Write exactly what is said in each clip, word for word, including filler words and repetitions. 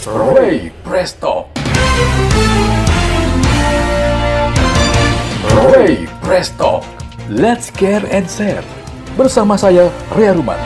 Ray Presto. Ray Presto. Let's care and share. Bersama saya, Rea Ruman.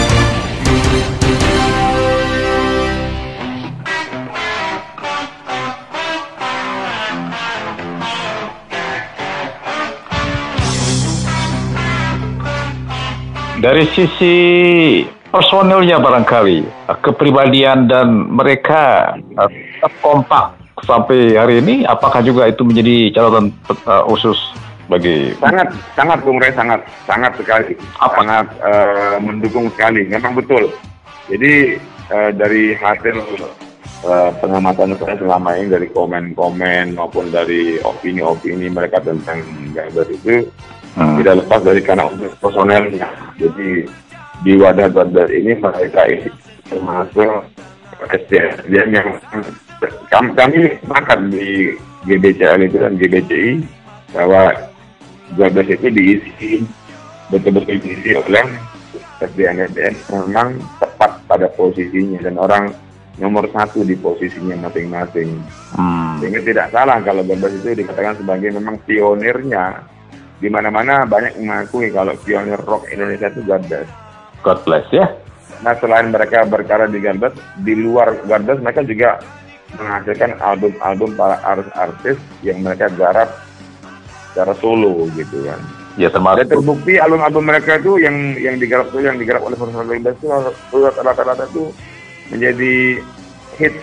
Dari sisi personilnya barangkali, kepribadian dan mereka tetap kompak sampai hari ini, apakah juga itu menjadi catatan uh, khusus bagi... Sangat, sangat Bung Rey, sangat, sangat sekali. Apa? Sangat uh, mendukung sekali, memang betul. Jadi uh, dari hasil uh, pengamatan saya selama ini, dari komen-komen maupun dari opini-opini mereka tentang Gardas itu, Hmm. tidak lepas dari karena untuk personelnya. Jadi di wadah Gardas ini mereka ini termasuk kesediaan yang kami, kami sepakat di G B C L itu dan G B C I bahwa Gardas itu diisi betul-betul diisi oleh kesediaan S D M memang tepat pada posisinya dan orang nomor satu di posisinya masing-masing. Hmm. Sehingga tidak salah kalau Gardas itu dikatakan sebagai memang pionirnya. Di mana-mana banyak mengakui kalau pionir rock Indonesia itu Gardas. God bless ya. Nah, selain mereka berkarya di Gardas, di luar Gardas mereka juga menghasilkan album-album para artis-artis yang mereka garap secara solo gitu kan. Ya, termasuk. Dan terbukti album-album mereka itu yang yang digarap itu yang digarap oleh personel Gardas itu rata-rata itu menjadi hits.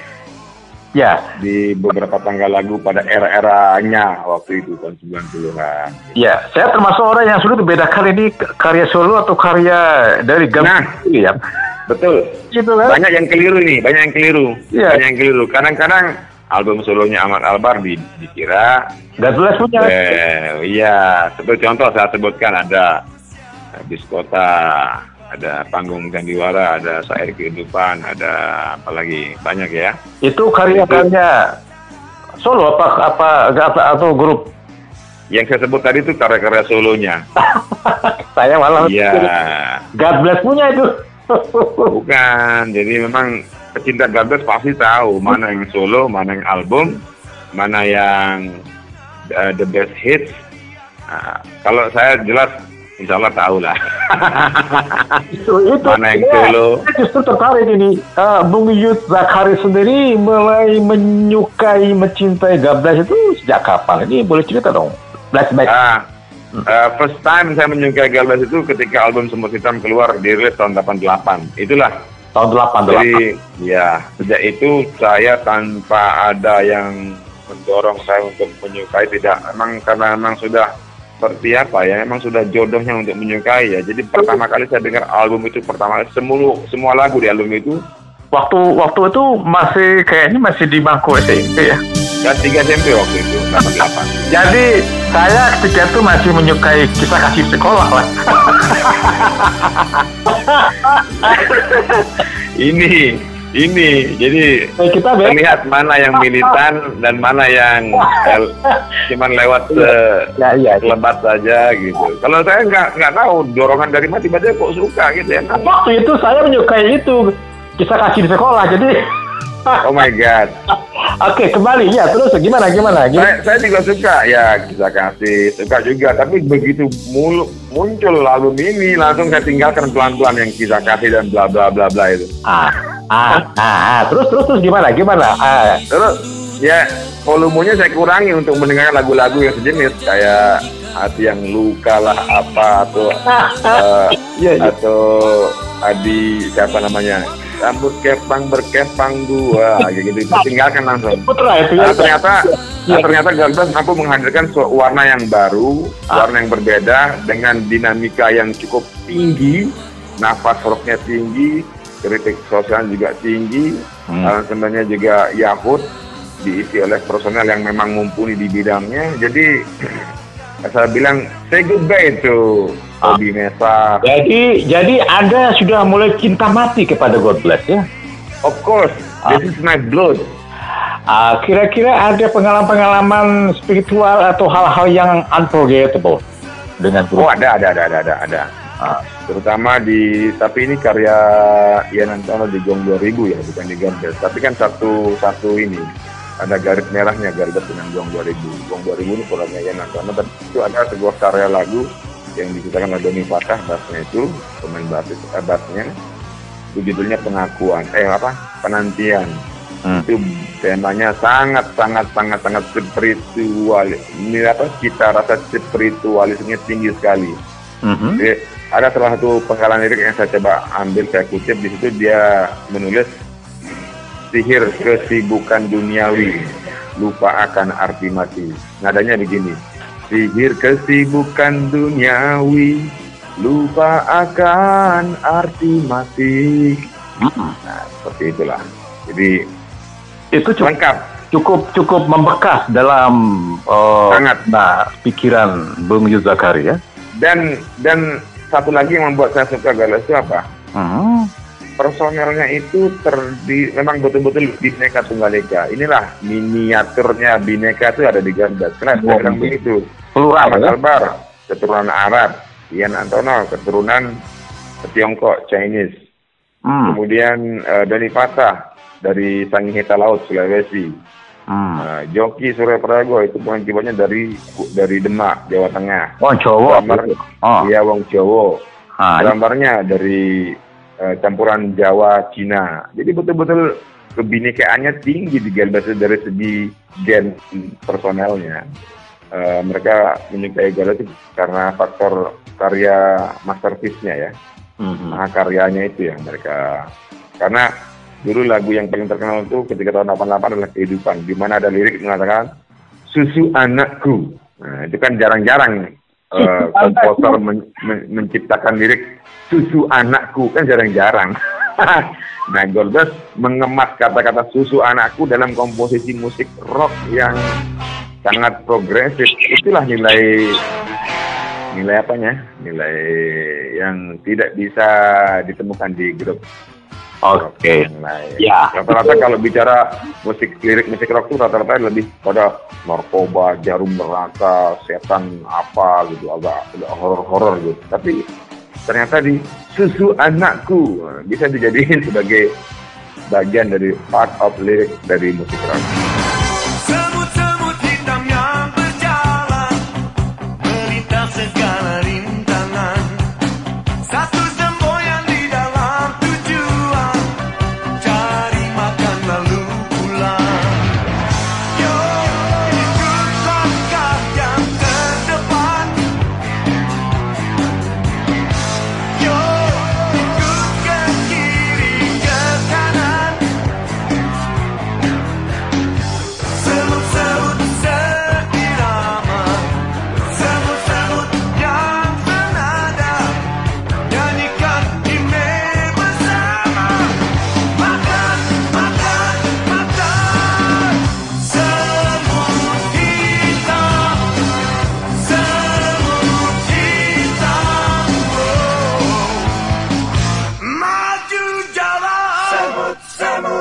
Ya. Di beberapa tanggal lagu pada era-eranya waktu itu tahun sembilan puluhan. Ya, saya termasuk orang yang sulit membedakan ini karya solo atau karya dari Gardas. Nah, ya. Betul. Gitu kan? Banyak yang keliru nih, banyak yang keliru. Ya. Banyak yang keliru. Kadang-kadang album solonya Ahmad Albar di, dikira Gardas punya. Eh, iya, seperti contoh saya sebutkan ada Diskota, ada Panggung Sandiwara, ada Syair Kehidupan, ada apa lagi, banyak ya. Itu karya-karya solo apa apa apa atau grup? Yang saya sebut tadi itu karya-karya solonya. Saya malah iya. Gardas punya itu. Bukan, jadi memang pecinta Gardas pasti tahu mana yang solo, mana yang album, mana yang uh, the best hits. Nah, kalau saya jelas insya Allah tahu lah. itu, itu, mana yang ya, solo. Saya justru tertarik ini. Uh, Bung Yud Zakari sendiri mulai menyukai, mencintai Gardas itu sejak kapan? Ini boleh cerita dong. Flashback. Ah, uh, first time saya menyukai Gardas itu ketika album Semut Hitam keluar, dirilis tahun delapan puluh delapan. Itulah. Tahun delapan puluh delapan. Jadi, ya, sejak itu saya tanpa ada yang mendorong saya untuk menyukai, tidak. Memang karena memang sudah seperti apa ya, memang sudah jodohnya untuk menyukai ya. Jadi pertama kali saya dengar album itu, pertama kali semua semua lagu di album itu waktu waktu itu masih kayaknya masih di bangku S M P ya. kelas tiga S M P waktu itu delapan puluh delapan. Jadi saya ketika itu masih menyukai kisah kasih sekolah lah. ini ini jadi eh, kita terlihat mana yang militan dan mana yang el, cuman lewat ya, ya, lebat saja gitu. Kalau saya nggak nggak tahu dorongan dari mana tiba-tiba kok suka gitu ya. Waktu itu saya menyukai itu kisah kasih di sekolah. Jadi oh my god. Oke, kembali ya, terus gimana gimana? gimana? Saya, saya juga suka ya kisah kasih, suka juga. Tapi begitu mulu, muncul album ini langsung saya tinggalkan pelan-pelan yang kisah kasih dan bla bla bla bla itu. Ah, ah, ah, ah. terus terus terus gimana gimana? Ah. Terus ya volumenya saya kurangi untuk mendengarkan lagu-lagu yang sejenis kayak Hati Yang Luka lah apa atau uh, yeah, yeah. atau Adi siapa namanya, rambut kepang berkepang dua gitu gitu, tinggalkan langsung. Putra itu Nah, ya. ternyata nah, ternyata Gardas mampu menghadirkan warna yang baru, ah. warna yang berbeda dengan dinamika yang cukup tinggi, nafas rocknya tinggi, kritik sosial juga tinggi, hmm. aransemennya juga yahut, diisi oleh personel yang memang mumpuni di bidangnya. Jadi saya bilang say goodbye to Bobby Mesa. Jadi jadi Anda sudah mulai cinta mati kepada God Bless ya? Of course, this ah. is my blood. Uh, kira-kira ada pengalaman-pengalaman spiritual atau hal-hal yang unforgettable dengan grup? Oh ada ada ada ada ada ada. Ah, terutama di, tapi ini karya Ian Antono di Gong dua ribu ya, bukan di Gardas. Tapi kan satu satu ini ada garis merahnya Gardas dengan Gong dua ribu. Gong dua ribu ini produknya Ian Antono, tapi itu ada sebuah karya lagu yang diciptakan oleh Doni Fatah, bassnya itu, pemain bass eh, bassnya, itu judulnya Pengakuan, eh apa, Penantian. Hmm. Itu temanya sangat sangat sangat sangat spiritual. Ini apa, cita rasa spiritualisnya tinggi sekali. Mm-hmm. Jadi, ada salah satu penggalan lirik yang saya coba ambil, saya kutip di situ, dia menulis sihir kesibukan duniawi, lupa akan arti mati. Nadanya begini, sihir kesibukan duniawi, lupa akan arti mati. Mm-hmm. Nah, seperti itulah. Jadi itu cukup, lengkap, cukup cukup membekas dalam uh, sangat nah pikiran Bung Yus Zakari ya. Dan dan satu lagi yang membuat saya suka Gardas itu apa? Hmm. Personelnya itu terdi, memang betul-betul Bhinneka Tunggal Ika. Inilah miniaturnya Bhinneka itu ada di Gardas. Kenapa saya bilang begitu? Plural, Ahmad ya? Albar, keturunan Arab. Ian Antono, keturunan Tiongkok, Chinese. Hmm. Kemudian uh, Doni Fatah dari Sangiheta Laut, Sulawesi. Hmm. Uh, Joki Surya Prago itu pemain keyboardnya dari dari Demak, Jawa Tengah. Wong Jawa. Drummer, oh. Iya, Wong Jawa. Ah, Drummernya dari uh, campuran Jawa, Cina. Jadi betul-betul kebinekaannya tinggi di Gardas dari segi gen personelnya. Uh, mereka menyukai Gardas itu karena faktor karya masterpiece-nya ya. Mm-hmm. Nah, karyanya itu yang mereka, karena dulu lagu yang paling terkenal itu ketika tahun delapan puluh delapan adalah Kehidupan, di mana ada lirik mengatakan susu anakku. Nah, itu kan jarang-jarang uh, komposer men- men- menciptakan lirik susu anakku, kan jarang-jarang. Nah, Gardas mengemas kata-kata susu anakku dalam komposisi musik rock yang sangat progresif. Itulah nilai nilai apanya? Nilai yang tidak bisa ditemukan di grup. Oke. Okay. Ya. Rata-rata kalau bicara musik lirik musik rock itu rata-rata lebih pada narkoba, jarum neraka, setan apa gitu, agak, agak horor-horor gitu. Tapi ternyata di susu anakku bisa dijadiin sebagai bagian dari part of lirik dari musik rock. Semut-semut hitam yang berjalan melintas segala rintangan. Satu semboyan di dalam tujuan, cari makan lalu pulang. Yo, ikut langkah yang terdepan. Yo, ikut ke kiri ke kanan. Semut-semut seirama, semut-semut yang senada, nyanyikan himne bersama. Makan, makan, makan. Semut hitam, semut hitam, oh. Maju jalan. Semut-semut.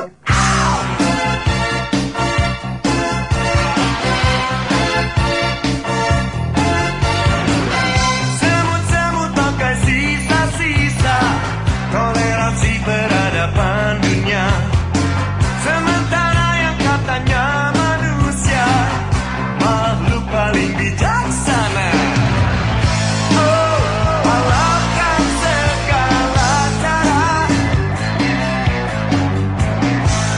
Semut-semut pakai sisa-sisa toleransi peradaban dunia. Sementara yang katanya manusia makhluk paling bijaksana. Oh, halalkan segala cara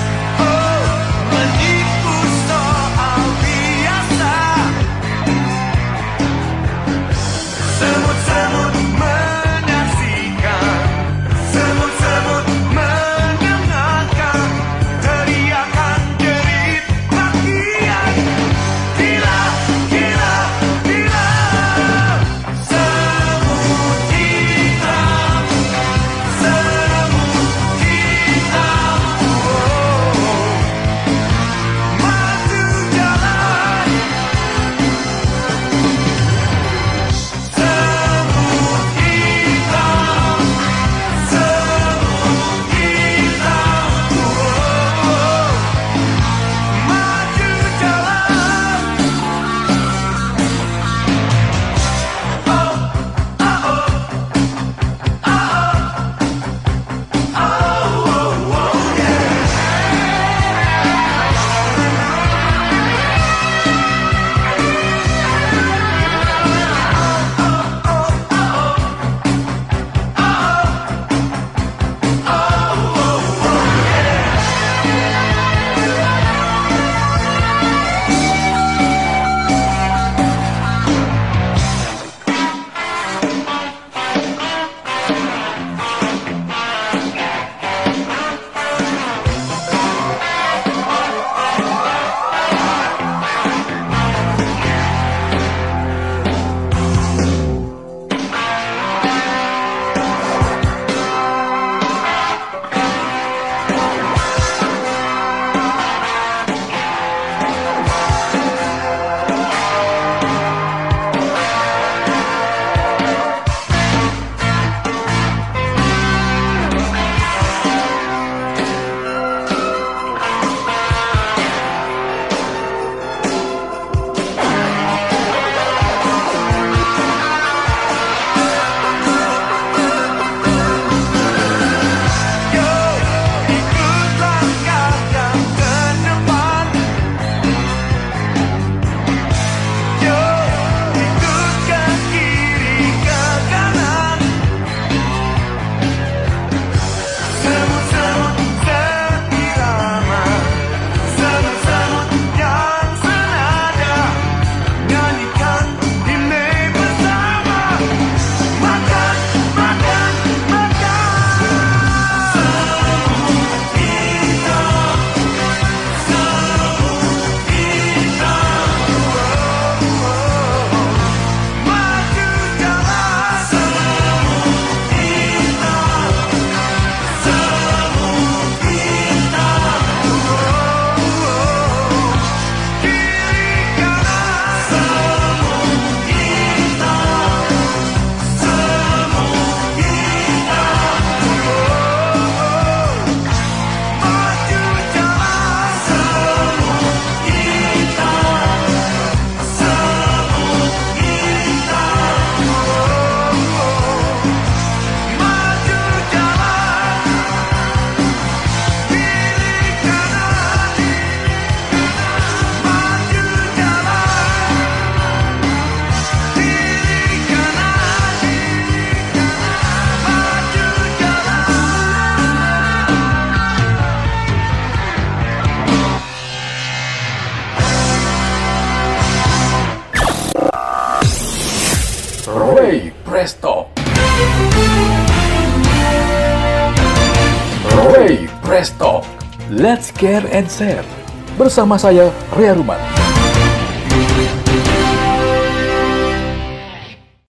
Trash Talk, Let's Care and Share. Bersama saya, Rea Ruman.